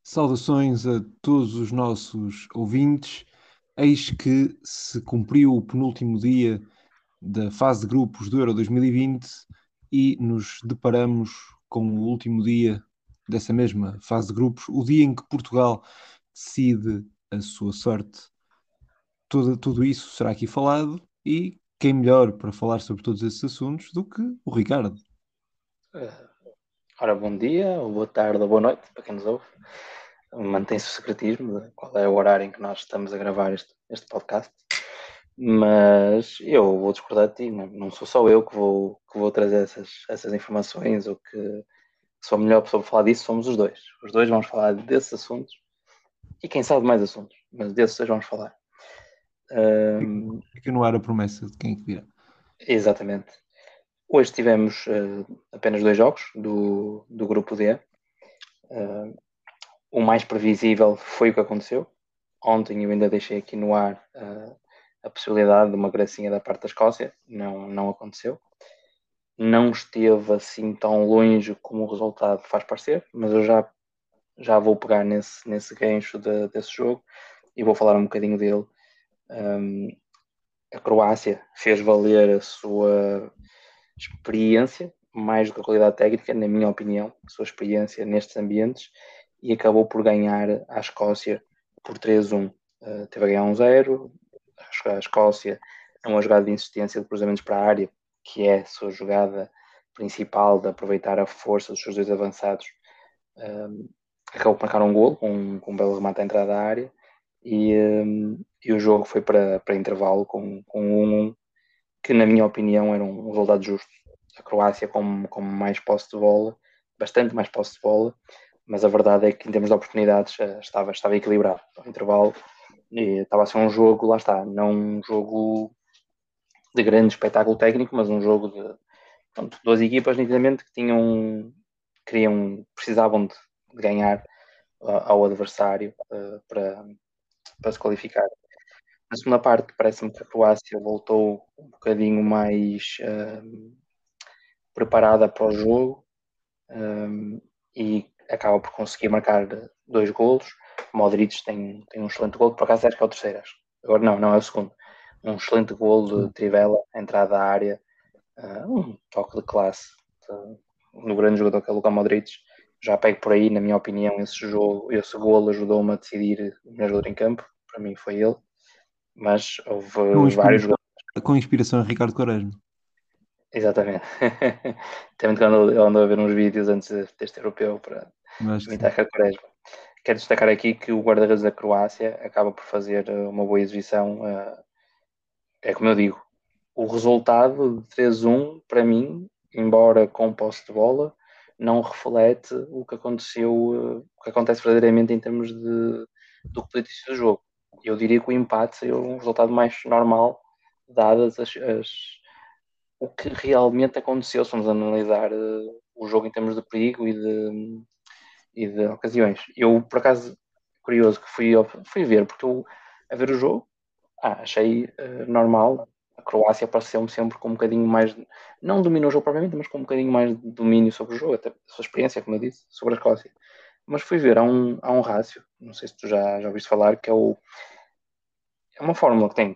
Saudações a todos os nossos ouvintes. Eis que se cumpriu o penúltimo dia da fase de grupos do Euro 2020 e nos deparamos com o último dia dessa mesma fase de grupos, o dia em que Portugal decide a sua sorte. Tudo isso será aqui falado e quem melhor para falar sobre todos esses assuntos do que o Ricardo? Eh, Ora, bom dia, ou boa tarde, ou boa noite, para quem nos ouve. Mantém-se o secretismo de qual é o horário em que nós estamos a gravar este podcast. Mas eu vou discordar de ti, não sou só eu que vou trazer essas informações ou que sou a melhor pessoa para falar disso, somos os dois. Os dois vamos falar desses assuntos e quem sabe mais assuntos, mas desses dois vamos falar. Fica no ar a promessa de quem é que virá. Exatamente. Hoje tivemos apenas dois jogos do grupo D. O mais previsível foi o que aconteceu. Ontem eu ainda deixei aqui no ar a possibilidade de uma gracinha da parte da Escócia. Não aconteceu. Não esteve assim tão longe como o resultado faz parecer, mas eu já vou pegar nesse gancho desse jogo e vou falar um bocadinho dele. Um, a Croácia fez valer a sua experiência, mais do que a qualidade técnica, na minha opinião, a sua experiência nestes ambientes, e acabou por ganhar a Escócia por 3-1. Teve a ganhar 1-0. A Escócia é uma jogada de insistência de cruzamentos para a área, que é a sua jogada principal de aproveitar a força dos seus dois avançados. Acabou por marcar um golo com um belo remate à entrada da área e o jogo foi para intervalo com 1-1, que na minha opinião era um resultado justo. A Croácia com mais posse de bola, bastante mais posse de bola, mas a verdade é que em termos de oportunidades estava equilibrado ao intervalo e estava a ser um jogo, lá está, não um jogo de grande espetáculo técnico, mas um jogo de pronto, duas equipas nitidamente que precisavam de ganhar ao adversário para se qualificar. Na segunda parte, parece-me que a Croácia voltou um bocadinho mais preparada para o jogo e acaba por conseguir marcar dois golos. Modric tem um excelente golo, por acaso acho que é o terceiro, acho. Agora não é o segundo. Um excelente golo de Trivela, entrada à área, um toque de classe no grande jogador que é o Luka Modric. Já pego por aí, na minha opinião, esse golo ajudou-me a decidir o melhor jogador em campo. Para mim foi ele, mas Com houve vários inspiração, jogadores. com inspiração em Ricardo Quaresma. Exatamente. Também quando eu ando a ver uns vídeos antes deste europeu para Eu acho que sim. imitar a Quaresma. Quero destacar aqui que o guarda-redes da Croácia acaba por fazer uma boa exibição. É como eu digo, o resultado de 3-1, para mim, embora com posse de bola, não reflete o que aconteceu, o que acontece verdadeiramente em termos do que podia ter do jogo. Eu diria que o empate seria um resultado mais normal, dadas o que realmente aconteceu, se vamos analisar o jogo em termos de perigo e de ocasiões. Eu, por acaso, curioso que fui ver, porque eu, a ver o jogo, achei normal. A Croácia pareceu-me sempre com um bocadinho mais, não dominou o jogo propriamente, mas com um bocadinho mais de domínio sobre o jogo, até a sua experiência, como eu disse, sobre a Escócia. Mas fui ver, há um rácio, não sei se tu já ouviste falar, que é uma fórmula que tem,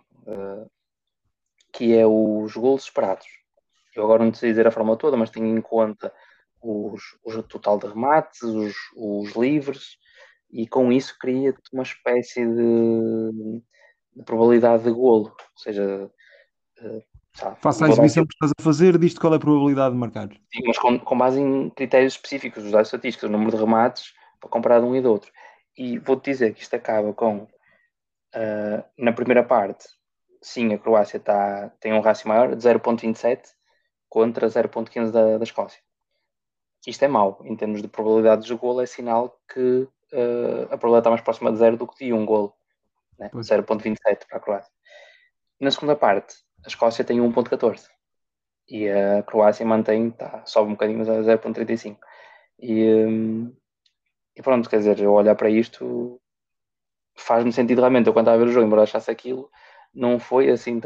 que é os golos esperados. Eu agora não sei dizer a fórmula toda, mas tenho em conta o total de remates, os livres, e com isso cria-te uma espécie de probabilidade de golo. Ou seja, sabe, Faça a vou dar um exibição exemplo, que estás a fazer, diz-te qual é a probabilidade de marcar. mas com base em critérios específicos, os dados estatísticos, o número de remates, para comparar de um e do outro. E vou-te dizer que isto acaba com, na primeira parte, sim, a Croácia tem um rácio maior, de 0,27 contra 0,15 da Escócia. Isto é mau, em termos de probabilidades de golo, é sinal que a probabilidade está mais próxima de zero do que de um golo, né? Pois. 0,27 para a Croácia. Na segunda parte, a Escócia tem 1,14 e a Croácia mantém, sobe um bocadinho, mas é 0,35. E pronto, quer dizer, eu olhar para isto faz-me sentido realmente. Eu quando estava a ver o jogo, embora achasse aquilo, não foi assim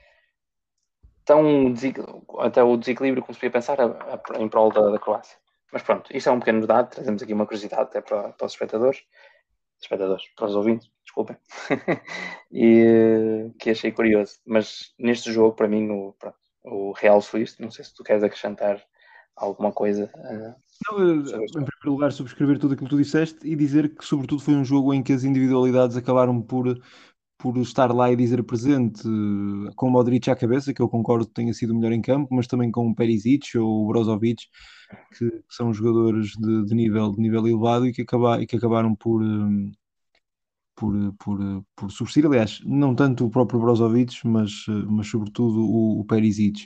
tão até o desequilíbrio como se podia pensar em prol da Croácia. Mas pronto, isto é um pequeno dado, trazemos aqui uma curiosidade até para os espectadores, para os ouvintes, desculpem, e que achei curioso. Mas neste jogo, para mim, o Real Suíço, não sei se tu queres acrescentar alguma coisa Não, sobre em este jogo. primeiro lugar, subscrever tudo aquilo que tu disseste e dizer que, sobretudo, foi um jogo em que as individualidades acabaram por estar lá e dizer presente, com o Modric à cabeça, que eu concordo que tenha sido o melhor em campo, mas também com o Perisic ou o Brozovic, que são jogadores de nível elevado e que acabaram por sobressair. Aliás, não tanto o próprio Brozovic, mas sobretudo o Perisic.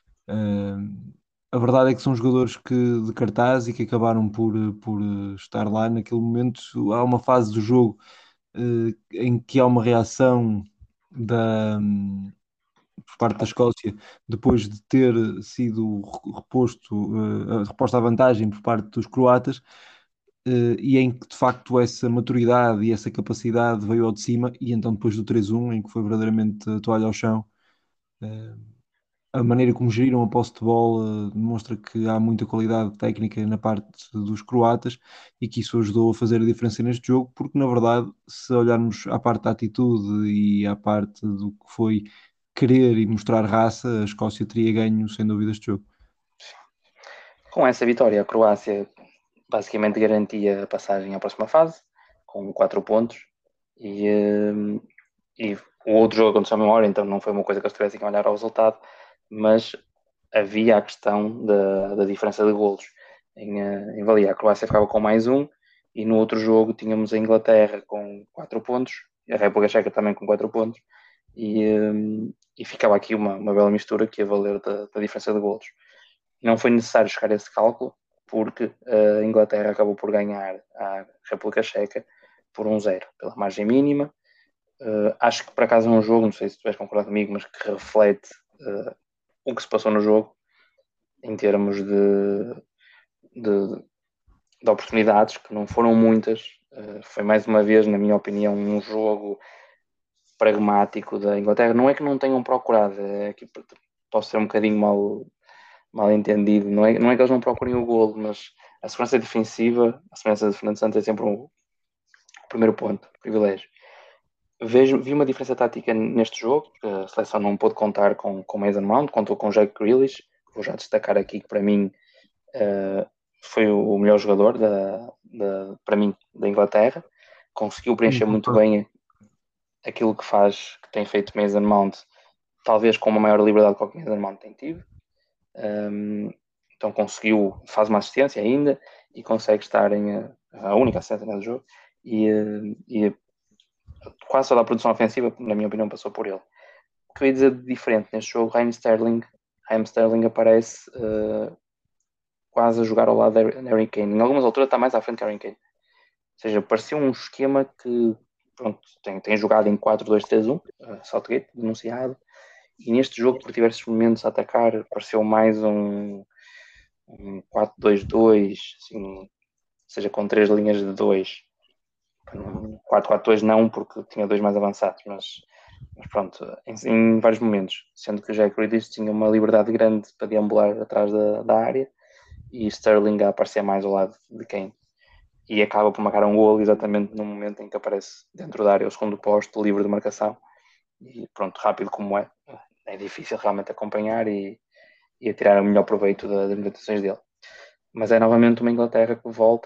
A verdade é que são jogadores de cartaz e que acabaram por estar lá naquele momento. Há uma fase do jogo em que há uma reação por parte da Escócia, depois de ter sido reposta a vantagem por parte dos croatas, e em que de facto essa maturidade e essa capacidade veio ao de cima, e então depois do 3-1, em que foi verdadeiramente a toalha ao chão, eh, a maneira como geriram a posse de bola demonstra que há muita qualidade técnica na parte dos croatas e que isso ajudou a fazer a diferença neste jogo, porque na verdade, se olharmos à parte da atitude e à parte do que foi querer e mostrar raça, a Escócia teria ganho sem dúvida este jogo. Com essa vitória, a Croácia basicamente garantia a passagem à próxima fase, com 4 pontos, e, e o outro jogo aconteceu à mesma hora, então não foi uma coisa que eles tivessem que olhar ao resultado, mas havia a questão da diferença de golos em valia. A Croácia ficava com mais um, e no outro jogo tínhamos a Inglaterra com 4 pontos, e a República Checa também com 4 pontos, e ficava aqui uma bela mistura que ia valer da diferença de golos. Não foi necessário chegar a esse cálculo, porque a Inglaterra acabou por ganhar a República Checa por 1-0, pela margem mínima. Acho que por acaso é um jogo, não sei se tu vais concordar comigo, mas que reflete o que se passou no jogo em termos de, de oportunidades, que não foram muitas. Foi mais uma vez, na minha opinião, um jogo pragmático da Inglaterra. Não é que não tenham procurado, é que posso ser um bocadinho mal entendido. Não é que eles não procurem o golo, mas a segurança defensiva, a semelhança de Fernando Santos, é sempre o primeiro ponto, privilégio. Vi uma diferença tática neste jogo. A seleção não pôde contar com Mason Mount, contou com Jack Grealish. Vou já destacar aqui que para mim foi o melhor jogador para mim da Inglaterra. Conseguiu preencher muito bem aquilo que tem feito Mason Mount, talvez com uma maior liberdade que o que Mason Mount tem tido. Então faz uma assistência ainda e consegue estar a única assistência do jogo e quase toda a produção ofensiva, na minha opinião, passou por ele. O que eu ia dizer de diferente neste jogo, Raheem Sterling aparece quase a jogar ao lado de Harry Kane. Em algumas alturas está mais à frente que Harry Kane. Ou seja, parecia um esquema que pronto, tem jogado em 4-2-3-1, Southgate, denunciado, e neste jogo, por diversos momentos a atacar, pareceu mais um 4-2-2, assim, ou seja, com 3 linhas de 2. 4-4-2 não, porque tinha 2 mais avançados, mas pronto, em vários momentos, sendo que o Jack Grealish tinha uma liberdade grande para deambular atrás da área e Sterling a aparecer mais ao lado de Kane. E acaba por marcar um gol exatamente no momento em que aparece dentro da área o segundo posto, livre de marcação. E pronto, rápido como é difícil realmente acompanhar e a tirar o melhor proveito das limitações dele. Mas é novamente uma Inglaterra que volta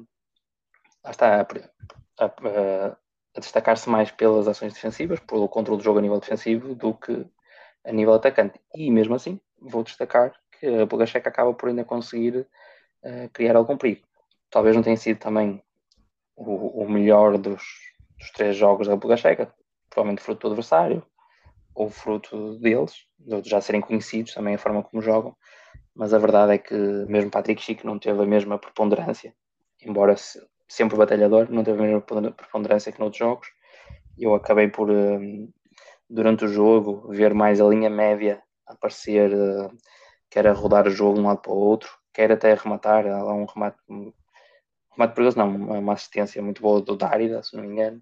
a destacar-se mais pelas ações defensivas, pelo controle do jogo a nível defensivo, do que a nível atacante. E mesmo assim, vou destacar que a República Checa acaba por ainda conseguir criar algum perigo. Talvez não tenha sido também o melhor dos 3 jogos da República Checa, provavelmente fruto do adversário, ou fruto deles, de já serem conhecidos também a forma como jogam, mas a verdade é que mesmo Patrick Schick não teve a mesma preponderância, embora sempre batalhador, não teve a mesma preponderância que noutros jogos. Eu acabei por, durante o jogo, ver mais a linha média aparecer, quer a rodar o jogo de um lado para o outro, quer até rematar. Há lá um remate perigoso, não, uma assistência muito boa do Dárida, se não me engano,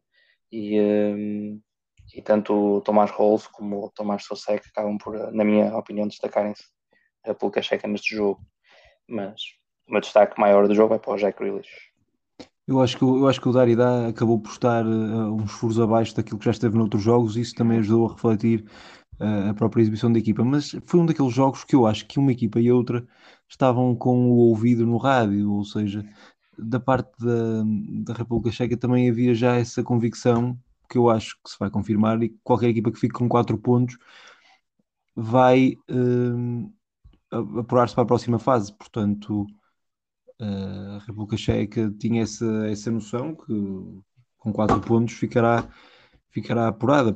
e tanto o Tomás Rolls como o Tomás Soucek acabam por, na minha opinião, destacarem-se a República Checa neste jogo. Mas o meu destaque maior do jogo vai para o Jack Grealish. Eu acho que o Darida acabou por estar uns furos abaixo daquilo que já esteve noutros jogos, e isso também ajudou a refletir a própria exibição da equipa. Mas foi um daqueles jogos que eu acho que uma equipa e outra estavam com o ouvido no rádio, ou seja, da parte da República Checa também havia já essa convicção, que eu acho que se vai confirmar, e que qualquer equipa que fique com 4 pontos vai apurar-se para a próxima fase. Portanto, a República Checa tinha essa noção que com 4 pontos ficará apurada,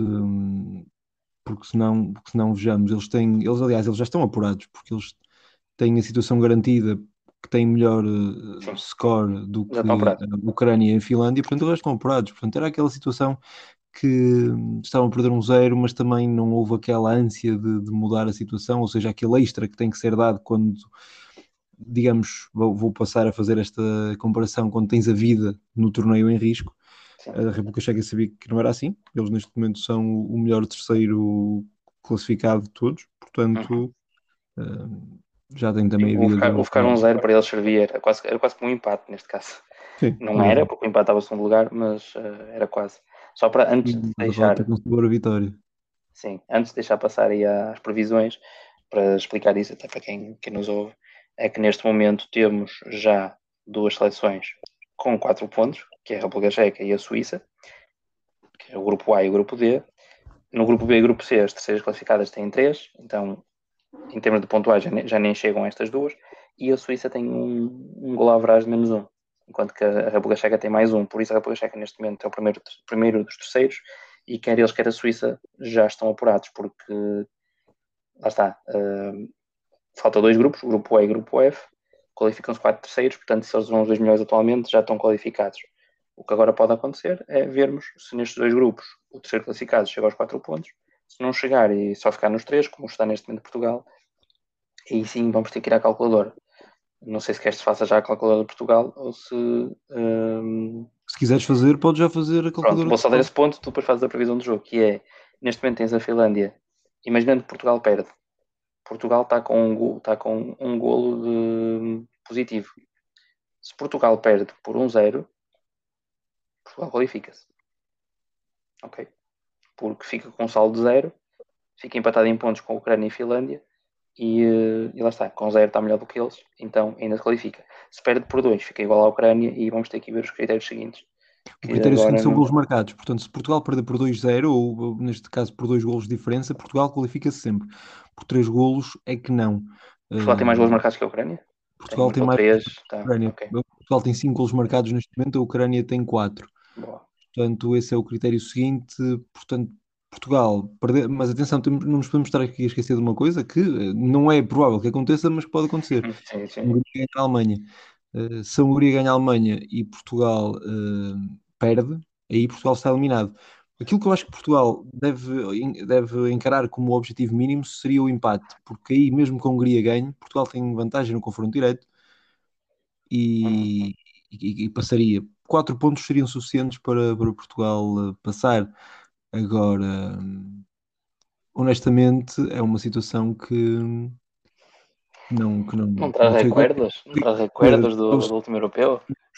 porque senão vejamos, eles já estão apurados, porque eles têm a situação garantida, que têm melhor Sim, score do já estão que apurados. a Ucrânia e a Finlândia, portanto eles já estão apurados. Portanto, era aquela situação que estavam a perder 1-0, mas também não houve aquela ânsia de mudar a situação, ou seja, aquele extra que tem que ser dado quando, digamos, vou passar a fazer esta comparação, quando tens a vida no torneio em risco. Sim. A República Checa sabia que não era assim. Eles neste momento são o melhor terceiro classificado de todos, Uhum. portanto já tem Sim, também a vida o deles. ficar 1-0 para eles servia, era quase como um empate neste caso. Sim, Não era, exato. porque o empate estava em segundo lugar, mas era quase. Só para antes de Estás a falar deixar, que é com sabor a vitória. sim, antes de deixar passar aí às previsões, para explicar isso até para quem nos ouve, é que neste momento temos já duas seleções com 4 pontos, que é a República Checa e a Suíça, que é o grupo A e o grupo D. No grupo B e grupo C, as terceiras classificadas têm 3, então em termos de pontuagem já nem chegam a estas duas, e a Suíça tem um gol average de -1, enquanto que a República Checa tem mais um, por isso a República Checa neste momento é o primeiro dos terceiros, e quer eles quer a Suíça já estão apurados, porque lá está, falta dois grupos, o grupo E e o grupo F, qualificam-se 4 terceiros, portanto se eles são os dois melhores atualmente já estão qualificados. O que agora pode acontecer é vermos se nestes dois grupos o terceiro classificado chega aos 4 pontos, se não chegar e só ficar nos 3, como está neste momento Portugal, aí sim vamos ter que ir à calculadora. Não sei se queres que faça já a calculadora de Portugal ou se. Se quiseres fazer, podes já fazer a Pronto, calculadora vou de só dar Portugal. esse ponto, tu depois fazes a previsão do jogo, que é, neste momento tens a Finlândia, imaginando que Portugal perde. Portugal está com um golo positivo. Se Portugal perde por 1-0, Portugal qualifica-se. Ok? Porque fica com um saldo de 0, fica empatado em pontos com a Ucrânia e Finlândia, e lá está, com 0 está melhor do que eles, então ainda se qualifica. Se perde por 2, fica igual à Ucrânia, e vamos ter que ver os critérios seguintes. O Que critério seguinte agora são não. golos marcados. Portanto, se Portugal perder por 2-0, ou neste caso por 2 golos de diferença, Portugal qualifica-se sempre. Por 3 golos é que não. Portugal tem mais gols Uh, marcados que a Ucrânia? Portugal Tem, tem ou mais três? que a Tá, Ucrânia. ok. Portugal tem 5 golos marcados neste momento, a Ucrânia tem 4. Boa. Portanto, esse é o critério seguinte. Portanto, Portugal, perder, mas atenção, não nos podemos estar aqui a esquecer de uma coisa que não é provável que aconteça, mas que pode acontecer. Sim, A sim. Hungria ganha a Alemanha. Se a Hungria ganha a Alemanha e Portugal perde, aí Portugal está eliminado. Aquilo que eu acho que Portugal deve encarar como objetivo mínimo seria o empate, porque aí, mesmo que a Hungria ganhe, Portugal tem vantagem no confronto direto Hum. e passaria. 4 pontos seriam suficientes para Portugal passar. Agora, honestamente, é uma situação que Não traz não sei. recuerdos? Não traz recuerdos do último europeu?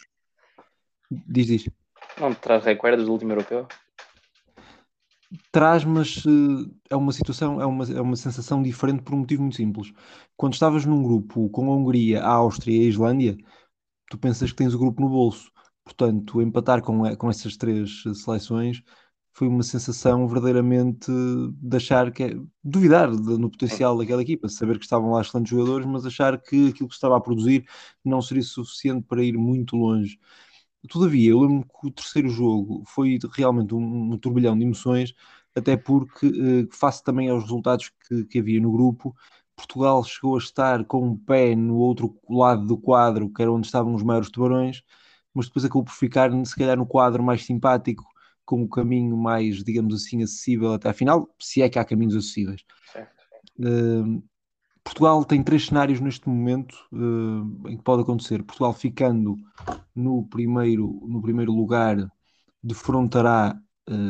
Diz. Não te traz recuerdos do último europeu? Traz, mas é uma situação, é uma sensação diferente por um motivo muito simples. Quando estavas num grupo com a Hungria, a Áustria e a Islândia, tu pensas que tens o grupo no bolso. Portanto, empatar com essas três seleções foi uma sensação verdadeiramente de achar duvidar no Sim. potencial daquela equipa, saber que estavam lá excelentes jogadores, mas achar que aquilo que estava a produzir não seria suficiente para ir muito longe. Todavia, eu lembro que o terceiro jogo foi realmente um turbilhão de emoções, até porque, face também aos resultados que havia no grupo, Portugal chegou a estar com um pé no outro lado do quadro, que era onde estavam os maiores tubarões, mas depois acabou por ficar, se calhar, no quadro mais simpático, com o caminho mais, digamos assim, acessível até à final, se é que há caminhos acessíveis. Certo. Eh, Portugal tem 3 cenários neste momento em que pode acontecer. Portugal ficando no primeiro lugar, defrontará,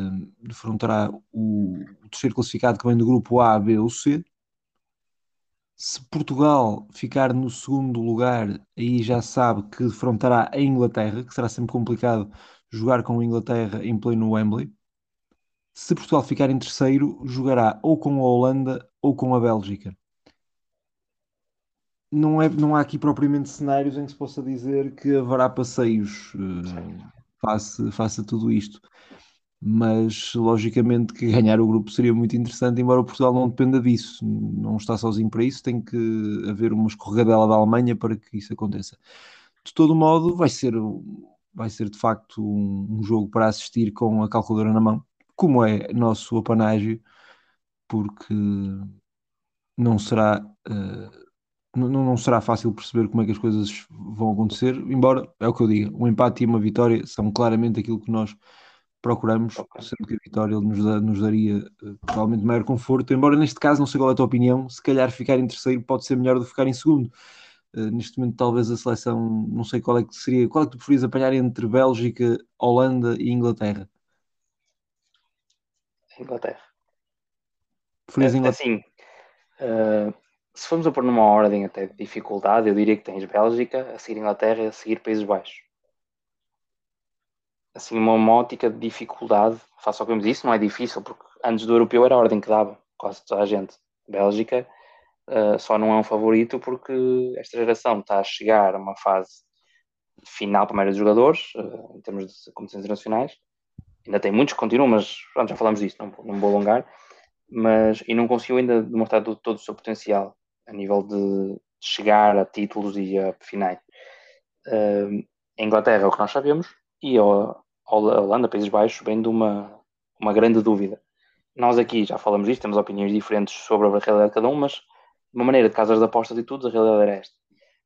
defrontará o terceiro classificado que vem do grupo A, B ou C. Se Portugal ficar no segundo lugar, aí já sabe que defrontará a Inglaterra, que será sempre complicado jogar com a Inglaterra em pleno Wembley. Se Portugal ficar em terceiro, jogará ou com a Holanda ou com a Bélgica. Não há aqui propriamente cenários em que se possa dizer que haverá passeios face a tudo isto. Mas logicamente que ganhar o grupo seria muito interessante, embora o Portugal não dependa disso, não está sozinho para isso, tem que haver uma escorregadela da Alemanha para que isso aconteça. De todo modo, vai ser de facto um jogo para assistir com a calculadora na mão, como é nosso apanágio, porque não será, não será fácil perceber como é que as coisas vão acontecer, embora, é o que eu digo, um empate e uma vitória são claramente aquilo que nós procuramos, Ok. sendo que a vitória nos daria provavelmente maior conforto, embora neste caso, não sei qual é a tua opinião, se calhar ficar em terceiro pode ser melhor do que ficar em segundo. Neste momento, talvez a seleção, não sei qual é que seria, qual é que tu preferias apanhar entre Bélgica, Holanda e Inglaterra? Inglaterra. Preferias a Inglaterra? Assim, se formos a pôr numa ordem até de dificuldade, eu diria que tens Bélgica, a seguir Inglaterra e a seguir Países Baixos. Assim, uma ótica de dificuldade, face ao que vimos, isso não é difícil, porque antes do europeu era a ordem que dava, quase toda a gente. Bélgica só não é um favorito porque esta geração está a chegar a uma fase final para a maioria dos jogadores, em termos de competições internacionais. Ainda tem muitos que continuam, mas pronto, já falamos disso, não vou alongar. E não conseguiu ainda demonstrar todo o seu potencial a nível de chegar a títulos e a finais. A Inglaterra é o que nós sabemos e a Holanda, Países Baixos, vem de uma grande dúvida. Nós aqui já falamos disto, temos opiniões diferentes sobre a realidade de cada um, mas de uma maneira de casas de apostas e tudo, a realidade era esta.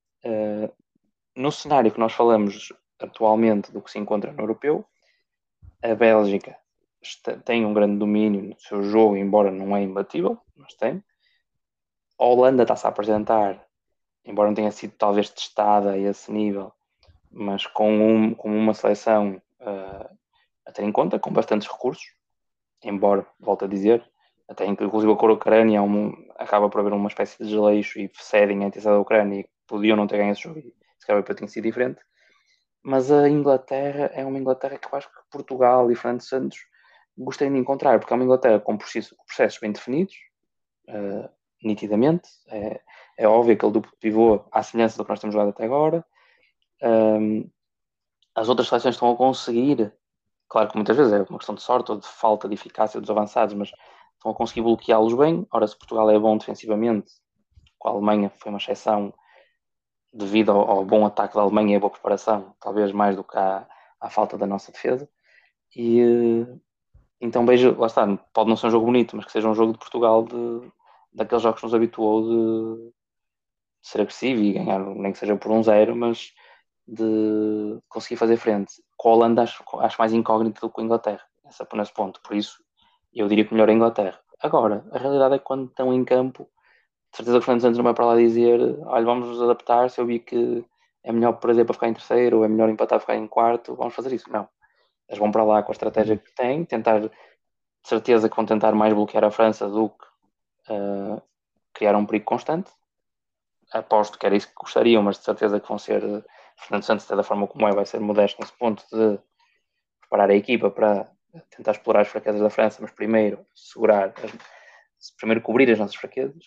No cenário que nós falamos atualmente do que se encontra no europeu, a Bélgica tem um grande domínio no seu jogo, embora não é imbatível, mas tem. A Holanda está-se a apresentar, embora não tenha sido talvez testada a esse nível, mas com uma seleção a ter em conta, com bastantes recursos, embora, volto a dizer, até inclusive a Ucrânia acaba por haver uma espécie de desleixo e cedem a intenção da Ucrânia e podiam não ter ganho esse jogo e se calhar o tinha sido diferente. Mas a Inglaterra é uma Inglaterra que eu acho que Portugal e Fernando Santos gostariam de encontrar, porque é uma Inglaterra com processos bem definidos, uh, nitidamente. É óbvio aquele duplo pivô à semelhança do que nós temos jogado até agora. Um, as outras seleções estão a conseguir, claro que muitas vezes é uma questão de sorte ou de falta de eficácia dos avançados, mas estão a conseguir bloqueá-los bem. Ora, se Portugal é bom defensivamente, com a Alemanha foi uma exceção devido ao bom ataque da Alemanha e à boa preparação, talvez mais do que à falta da nossa defesa. E então vejo, lá está, pode não ser um jogo bonito, mas que seja um jogo de Portugal daqueles jogos que nos habituou de ser agressivo e ganhar, nem que seja por 1-0, mas de conseguir fazer frente. Com a Holanda acho mais incógnito do que a Inglaterra, nesse ponto. Por isso, eu diria que melhor a Inglaterra. Agora, a realidade é que quando estão em campo, de certeza que o Fernando Santos não vai para lá dizer olha, vamos nos adaptar, se eu vi que é melhor perder para ficar em terceiro ou é melhor empatar para ficar em quarto, vamos fazer isso. Não. Eles vão para lá com a estratégia que têm, tentar, de certeza que vão tentar mais bloquear a França do que criar um perigo constante. Aposto que era isso que gostariam, mas de certeza que vão ser Fernando Santos, da forma como vai ser modesto nesse ponto de preparar a equipa para tentar explorar as fraquezas da França, mas primeiro primeiro cobrir as nossas fraquezas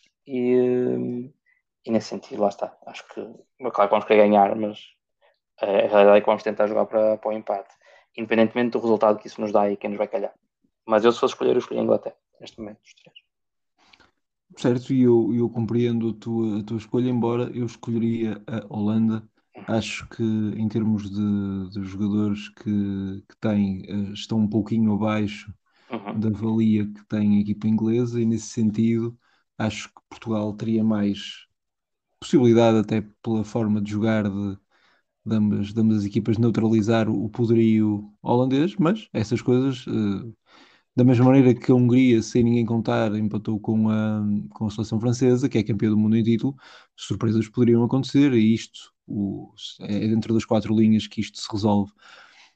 e nesse sentido, lá está. Acho que, claro que vamos querer ganhar, mas a realidade é que vamos tentar jogar para o empate, independentemente do resultado que isso nos dá e quem nos vai calhar. Mas eu, se fosse escolher, eu escolhi a Inglaterra, neste momento, dos três. Certo, e eu compreendo a tua escolha, embora eu escolheria a Holanda. Acho que em termos de jogadores que têm, estão um pouquinho abaixo Uhum. da valia que tem a equipa inglesa, e nesse sentido acho que Portugal teria mais possibilidade, até pela forma de jogar de ambas as equipas, neutralizar o poderio holandês, mas essas coisas, da mesma maneira que a Hungria, sem ninguém contar, empatou com a seleção francesa, que é campeã do mundo em título, surpresas poderiam acontecer, e isto é dentro das quatro linhas que isto se resolve.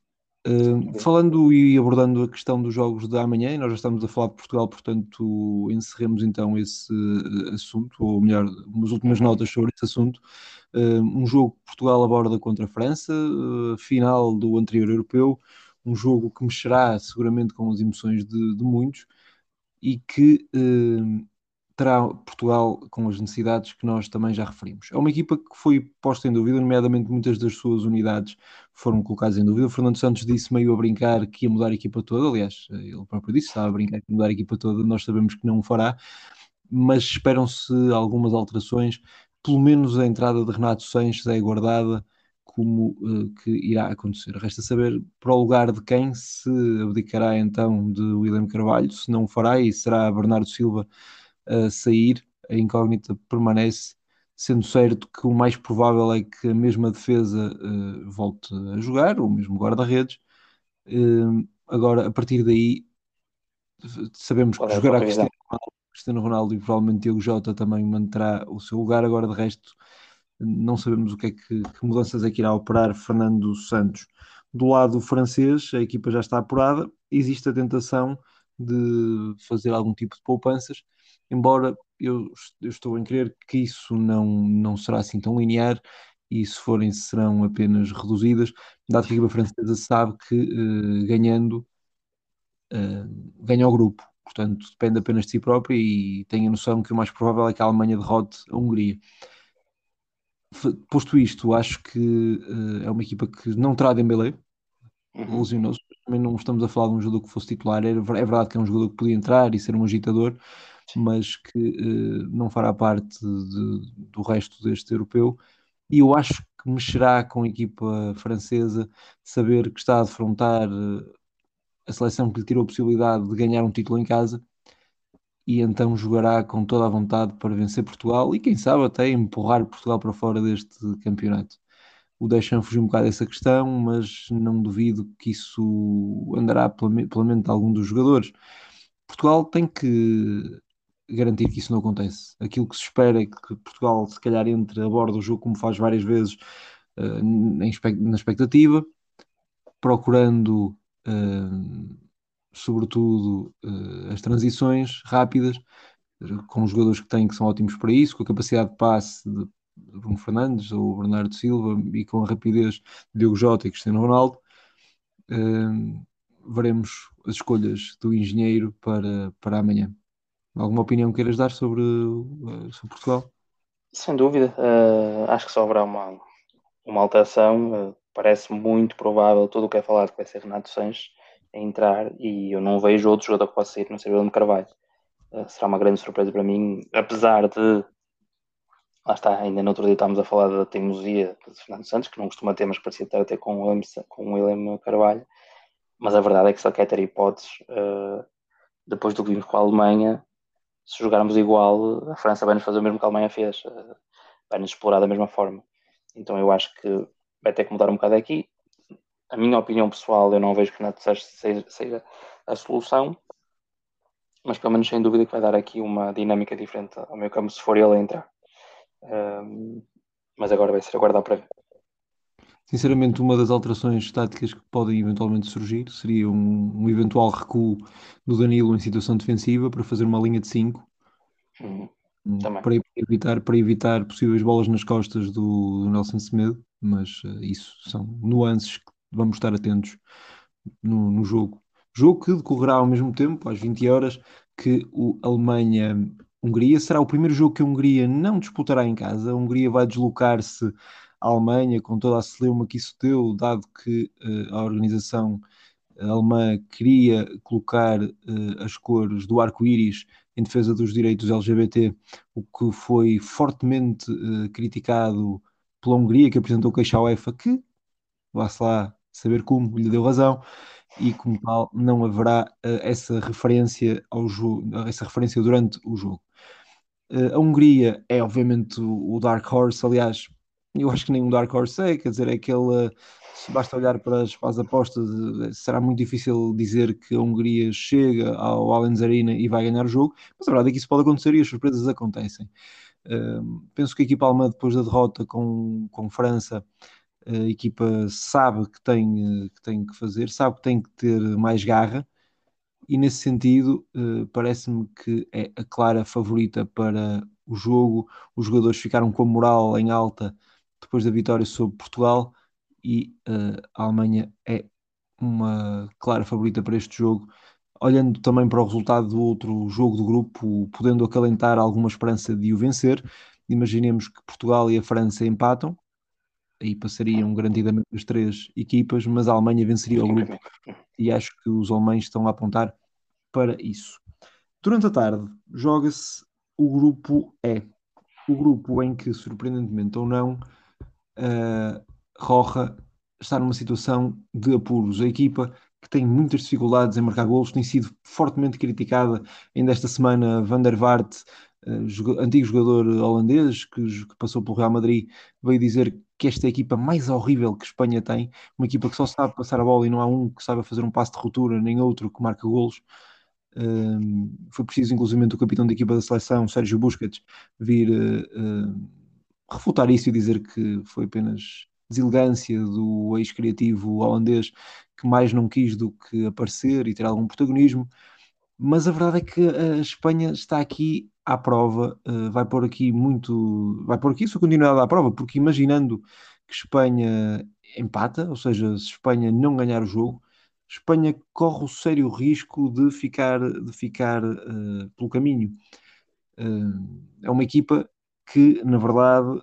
Falando e abordando a questão dos jogos de amanhã, e nós já estamos a falar de Portugal, portanto encerremos então esse assunto, ou melhor, umas últimas notas sobre esse assunto. Um jogo que Portugal aborda contra a França, final do anterior europeu, um jogo que mexerá seguramente com as emoções de muitos e que terá Portugal com as necessidades que nós também já referimos. É uma equipa que foi posta em dúvida, nomeadamente muitas das suas unidades foram colocadas em dúvida. O Fernando Santos disse meio a brincar que ia mudar a equipa toda, aliás, ele próprio disse, estava a brincar que ia mudar a equipa toda, nós sabemos que não o fará, mas esperam-se algumas alterações, pelo menos a entrada de Renato Sanches é aguardada como que irá acontecer. Resta saber para o lugar de quem se abdicará então de William Carvalho, se não o fará e será Bernardo Silva a sair, a incógnita permanece, sendo certo que o mais provável é que a mesma defesa volte a jogar, o mesmo guarda-redes. Agora, a partir daí, sabemos Qual que é a tua jogará previsão? Cristiano Ronaldo e provavelmente Diogo Jota também manterá o seu lugar. Agora, de resto, não sabemos o que é que mudanças é que irá operar Fernando Santos. Do lado francês, a equipa já está apurada, existe a tentação de fazer algum tipo de poupanças, embora eu estou em crer que isso não será assim tão linear e se forem serão apenas reduzidas, dado que a equipa francesa sabe que ganhando eh, ganha o grupo, portanto depende apenas de si própria e tem a noção que o mais provável é que a Alemanha derrote a Hungria. Posto isto, acho que é uma equipa que não terá Dembélé, Uhum. lesionou-se. Também não estamos a falar de um jogador que fosse titular. É verdade que é um jogador que podia entrar e ser um agitador, Sim. mas que não fará parte do resto deste europeu. E eu acho que mexerá com a equipa francesa saber que está a defrontar a seleção que lhe tirou a possibilidade de ganhar um título em casa e então jogará com toda a vontade para vencer Portugal e quem sabe até empurrar Portugal para fora deste campeonato. O Deschamps fugiu um bocado dessa questão, mas não duvido que isso andará pela mente de algum dos jogadores. Portugal tem que garantir que isso não acontece. Aquilo que se espera é que Portugal, se calhar, entre a bordo do jogo, como faz várias vezes, na expectativa, procurando, sobretudo, as transições rápidas, com os jogadores que têm que são ótimos para isso, com a capacidade de passe de Bruno Fernandes ou Bernardo Silva e com a rapidez de Diogo Jota e Cristiano Ronaldo. Veremos as escolhas do engenheiro para amanhã. Alguma opinião queiras dar sobre Portugal? Sem dúvida, acho que só haverá uma alteração. Parece muito provável tudo o que é falado que vai ser Renato Sanches a entrar e eu não vejo outro jogador que possa sair não ser William Carvalho. Será uma grande surpresa para mim, apesar de, lá está, ainda no outro dia estávamos a falar da teimosia de Fernando Santos, que não costuma ter, mas parecia estar até com o William Carvalho. Mas a verdade é que se ele quer ter hipóteses, depois do que vimos com a Alemanha, se jogarmos igual, a França vai nos fazer o mesmo que a Alemanha fez, vai nos explorar da mesma forma. Então eu acho que vai ter que mudar um bocado aqui. A minha opinião pessoal, eu não vejo que o Renato Sanches seja a solução, mas pelo menos sem dúvida que vai dar aqui uma dinâmica diferente ao meio campo se for ele a entrar. Mas agora vai ser aguardar para ver. Sinceramente, uma das alterações táticas que podem eventualmente surgir seria um eventual recuo do Danilo em situação defensiva para fazer uma linha de 5 Também. para evitar possíveis bolas nas costas do Nelson Semedo, mas isso são nuances que vamos estar atentos no jogo. Jogo que decorrerá ao mesmo tempo, às 20 horas, que o Alemanha-Hungria. Será o primeiro jogo que a Hungria não disputará em casa. A Hungria vai deslocar-se à Alemanha com toda a celeuma que isso deu, dado que a organização alemã queria colocar as cores do arco-íris em defesa dos direitos LGBT, o que foi fortemente criticado pela Hungria, que apresentou queixa à UEFA, que, vá-se lá saber como, lhe deu razão, e como tal não haverá essa referência ao jogo, essa referência durante o jogo. A Hungria é obviamente o Dark Horse, aliás, eu acho que nem um Dark Horse é, quer dizer, é aquele. Se basta olhar para as apostas, será muito difícil dizer que a Hungria chega ao Allianz Arena e vai ganhar o jogo, mas a verdade é que isso pode acontecer e as surpresas acontecem. Penso que a equipa alemã, depois da derrota com França, A equipa sabe que tem que fazer, sabe que tem que ter mais garra, e nesse sentido, parece-me que é a clara favorita para o jogo. Os jogadores ficaram com a moral em alta depois da vitória sobre Portugal, e a Alemanha é uma clara favorita para este jogo. Olhando também para o resultado do outro jogo do grupo, podendo acalentar alguma esperança de o vencer, imaginemos que Portugal e a França empatam, aí passariam garantidamente as três equipas, mas a Alemanha venceria o grupo, e acho que os alemães estão a apontar para isso. Durante a tarde, joga-se o grupo E, o grupo em que, surpreendentemente ou não, a Roja está numa situação de apuros. A equipa que tem muitas dificuldades em marcar golos tem sido fortemente criticada. Ainda esta semana, Van der Vaart, antigo jogador holandês que passou pelo Real Madrid, veio dizer que esta é a equipa mais horrível que Espanha tem, uma equipa que só sabe passar a bola e não há um que saiba fazer um passe de ruptura, nem outro que marca golos. Foi preciso, inclusive, o capitão da equipa da seleção, Sérgio Busquets, vir refutar isso e dizer que foi apenas deselegância do ex-criativo holandês, que mais não quis do que aparecer e ter algum protagonismo. Mas a verdade é que a Espanha está aqui à prova, vai pôr aqui sua continuidade à prova, porque imaginando que Espanha empata, ou seja, se Espanha não ganhar o jogo, Espanha corre o sério risco de ficar pelo caminho. É uma equipa que, na verdade,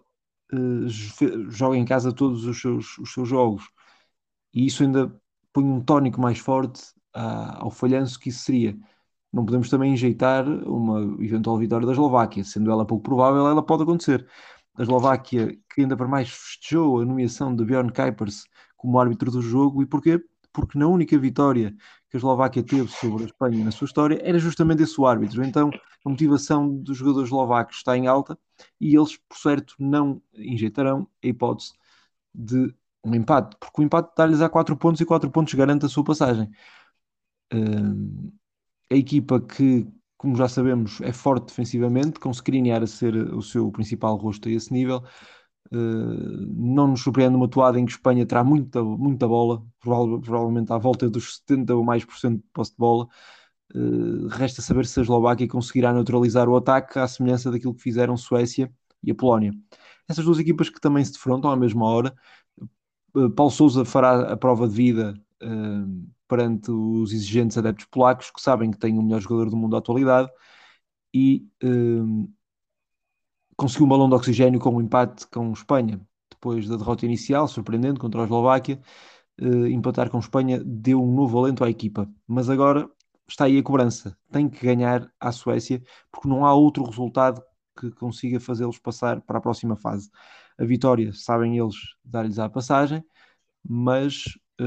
joga em casa todos os seus jogos, e isso ainda põe um tónico mais forte ao falhanço que isso seria. Não podemos também enjeitar uma eventual vitória da Eslováquia, sendo ela pouco provável, ela pode acontecer. A Eslováquia, que ainda para mais festejou a nomeação de Bjorn Kuipers como árbitro do jogo, e porquê? Porque na única vitória que a Eslováquia teve sobre a Espanha na sua história era justamente esse o árbitro. Então a motivação dos jogadores eslovacos está em alta, e eles, por certo, não enjeitarão a hipótese de um empate, porque o empate dá-lhes a 4 pontos, e 4 pontos garante a sua passagem. Uh, a equipa que, como já sabemos, é forte defensivamente, com Skriniar a ser o seu principal rosto a esse nível. Não nos surpreende uma toada em que Espanha terá muita bola, provavelmente à volta dos 70 ou mais por cento de posse de bola. Resta saber se a Eslováquia conseguirá neutralizar o ataque à semelhança daquilo que fizeram Suécia e a Polónia. Essas duas equipas que também se defrontam à mesma hora. Paulo Sousa fará a prova de vida perante os exigentes adeptos polacos, que sabem que têm o melhor jogador do mundo à atualidade, e conseguiu um balão de oxigênio com um empate com Espanha. Depois da derrota inicial, surpreendente, contra a Eslováquia, empatar com Espanha deu um novo alento à equipa. Mas agora está aí a cobrança. Tem que ganhar à Suécia, porque não há outro resultado que consiga fazê-los passar para a próxima fase. A vitória, sabem eles, dar-lhes a passagem, mas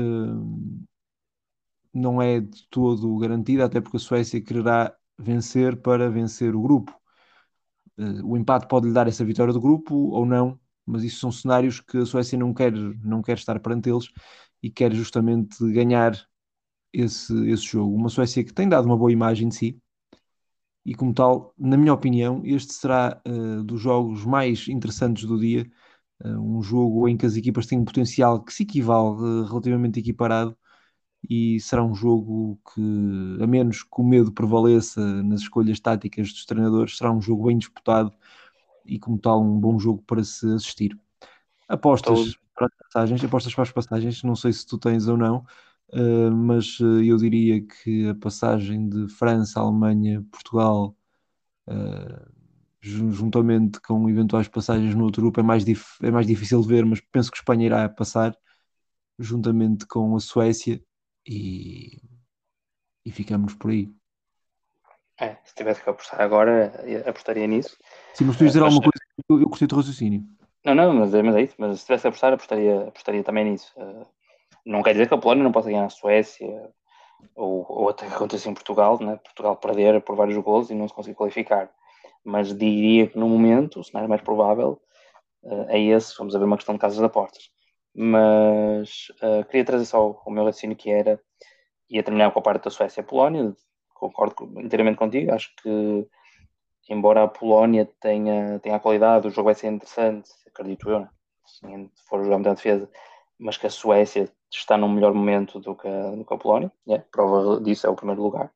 não é de todo garantida, até porque a Suécia quererá vencer para vencer o grupo. O empate pode lhe dar essa vitória do grupo ou não, mas isso são cenários que a Suécia não quer estar perante eles, e quer justamente ganhar esse jogo. Uma Suécia que tem dado uma boa imagem de si, e como tal, na minha opinião, este será dos jogos mais interessantes do dia. Um jogo em que as equipas têm um potencial que se equivale relativamente equiparado, e será um jogo que, a menos que o medo prevaleça nas escolhas táticas dos treinadores, será um jogo bem disputado, e como tal um bom jogo para se assistir. Estou, Apostas para as passagens, não sei se tu tens ou não, mas eu diria que a passagem de França, Alemanha, Portugal, uh, juntamente com eventuais passagens no outro grupo, é mais difícil de ver, mas penso que Espanha irá passar, juntamente com a Suécia, e, e ficamos por aí. se tivesse que apostar agora, apostaria nisso. Sim, mas tu dizer Mas alguma coisa, eu gostei do raciocínio. não, mas é isso. Mas se tivesse que apostar, apostaria também nisso. Não quer dizer que a Polónia não possa ganhar a Suécia, ou até que aconteça em Portugal, né? Portugal perder por vários gols e não se conseguir qualificar. Mas diria que no momento o cenário mais provável é esse. Vamos ver uma questão de casas de apostas. Mas queria trazer só o meu raciocínio, que ia terminar com a parte da Suécia e a Polónia. Concordo inteiramente contigo. Acho que, embora a Polónia tenha a qualidade, o jogo vai ser interessante, acredito eu, né? se for jogar muito à defesa, mas que a Suécia está num melhor momento do que a Polónia. Prova disso é o primeiro lugar.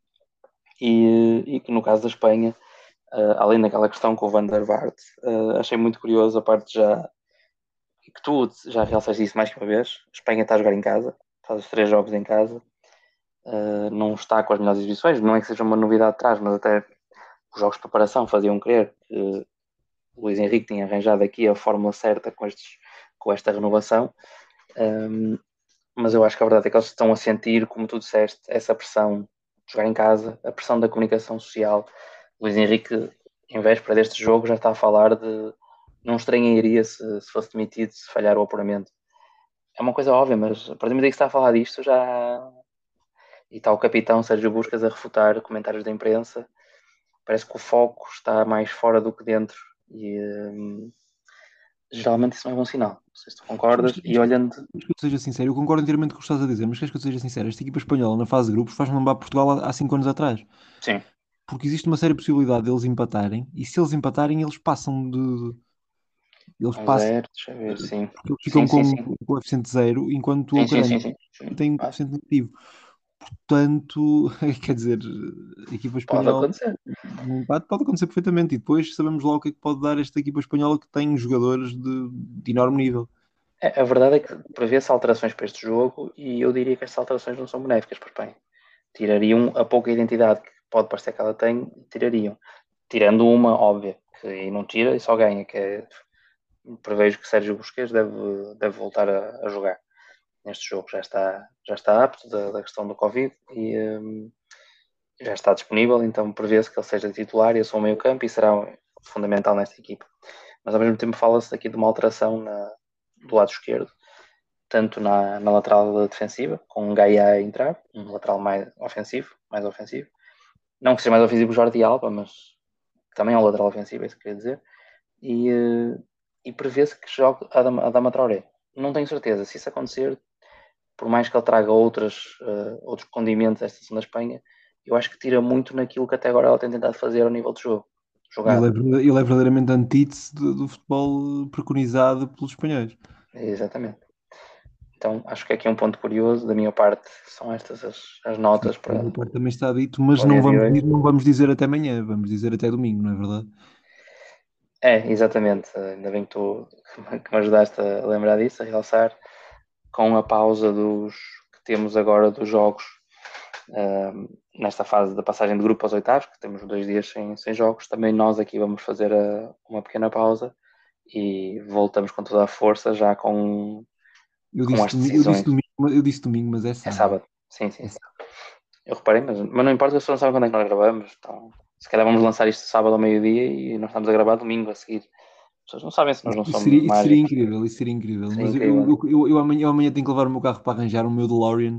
E que no caso da Espanha, além daquela questão com o Van der Vaart, achei muito curioso a parte já que tu já realçaste isso mais que uma vez. A Espanha está a jogar em casa, faz os 3 jogos em casa, não está com as melhores exibições, não é que seja uma novidade atrás, mas até os jogos de preparação faziam crer que o Luís Henrique tinha arranjado aqui a fórmula certa com esta renovação. Mas eu acho que a verdade é que eles estão a sentir, como tu disseste, essa pressão de jogar em casa, a pressão da comunicação social. O Luís Henrique, em véspera deste jogo, já está a falar de não estranharia se fosse demitido, se falhar o apuramento. É uma coisa óbvia, mas a partir do momento que está a falar disto, já. E está o capitão Sérgio Buscas a refutar comentários da imprensa. Parece que o foco está mais fora do que dentro. E geralmente isso não é bom sinal. Não sei se tu concordas. E olhando. Queres que eu te seja sincero? Eu concordo inteiramente com o que estás a dizer, mas queres que eu te seja sincero? Esta equipa espanhola na fase de grupos faz-me lembrar Portugal há 5 anos atrás. Sim. Porque existe uma séria possibilidade deles empatarem, e se eles empatarem, eles passam de. Eles Um passam, zero, deixa eu ver, sim. porque eles ficam Sim, com sim, um sim. coeficiente zero, enquanto a Sim, sim, Ucrânia sim, sim. Sim. tem um Ah, coeficiente negativo. Portanto, quer dizer, a equipa pode espanhola, acontecer. um empate pode acontecer perfeitamente, e depois sabemos lá o que é que pode dar esta equipa espanhola que tem jogadores de enorme nível. A verdade é que prevê-se alterações para este jogo e eu diria que estas alterações não são benéficas para a Espanha. Tirariam a pouca identidade que pode parecer que ela tem, tirariam. Tirando uma óbvia, que aí não tira e só ganha, que é, prevejo que Sérgio Busquets deve voltar a jogar neste jogo. Já está apto da questão do Covid e já está disponível, então prevê-se que ele seja titular e assuma o meio campo e será fundamental nesta equipa. Mas ao mesmo tempo fala-se aqui de uma alteração do lado esquerdo, tanto na lateral defensiva, com um Gaia a entrar, um lateral mais ofensivo. Não que seja mais ofensivo que o Jordi Alba, mas também é um lateral ofensivo, é isso que queria dizer. E prevê-se que jogue Adama Traoré. Não tenho certeza. Se isso acontecer, por mais que ele traga outros condimentos a esta seleção da Espanha, eu acho que tira muito naquilo que até agora ela tem tentado fazer ao nível de jogo. Ele Jogado. é, ele é verdadeiramente antítese do futebol preconizado pelos espanhóis. Exatamente. Então, acho que aqui é um ponto curioso. Da minha parte, são estas as Sim, notas o meu para pai também está dito, mas o dia de hoje. não vamos dizer até amanhã, vamos dizer até domingo, não é verdade? Exatamente. Ainda bem que tu que me ajudaste a lembrar disso, a realçar, com a pausa que temos agora dos jogos nesta fase da passagem de grupo aos oitavos, que temos 2 dias sem jogos. Também nós aqui vamos fazer uma pequena pausa e voltamos com toda a força já com as decisões. Eu disse domingo, mas é É sábado. sábado. Sim, sim, É sim. Eu reparei, mas não importa, as pessoas não sabem quando é que nós gravamos. Então, se calhar vamos lançar isto sábado ao meio-dia e nós estamos a gravar domingo a seguir. As pessoas não sabem se nós não somos Isso seria mágicos. incrível, isso seria incrível. Seria Mas incrível. eu amanhã tenho que levar o meu carro para arranjar o meu DeLorean.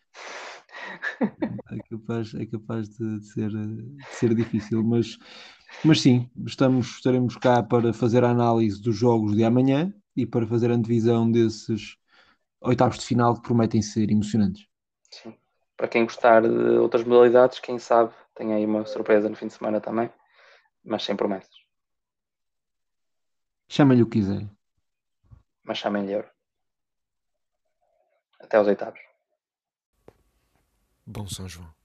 É capaz de ser difícil, mas sim, estaremos cá para fazer a análise dos jogos de amanhã e para fazer a antevisão desses oitavos de final que prometem ser emocionantes. Sim. Para quem gostar de outras modalidades, quem sabe tem aí uma surpresa no fim de semana também, mas sem promessas. Chama-lhe o que quiser. Mas chamem-lhe Euro. Até aos oitavos. Bom São João.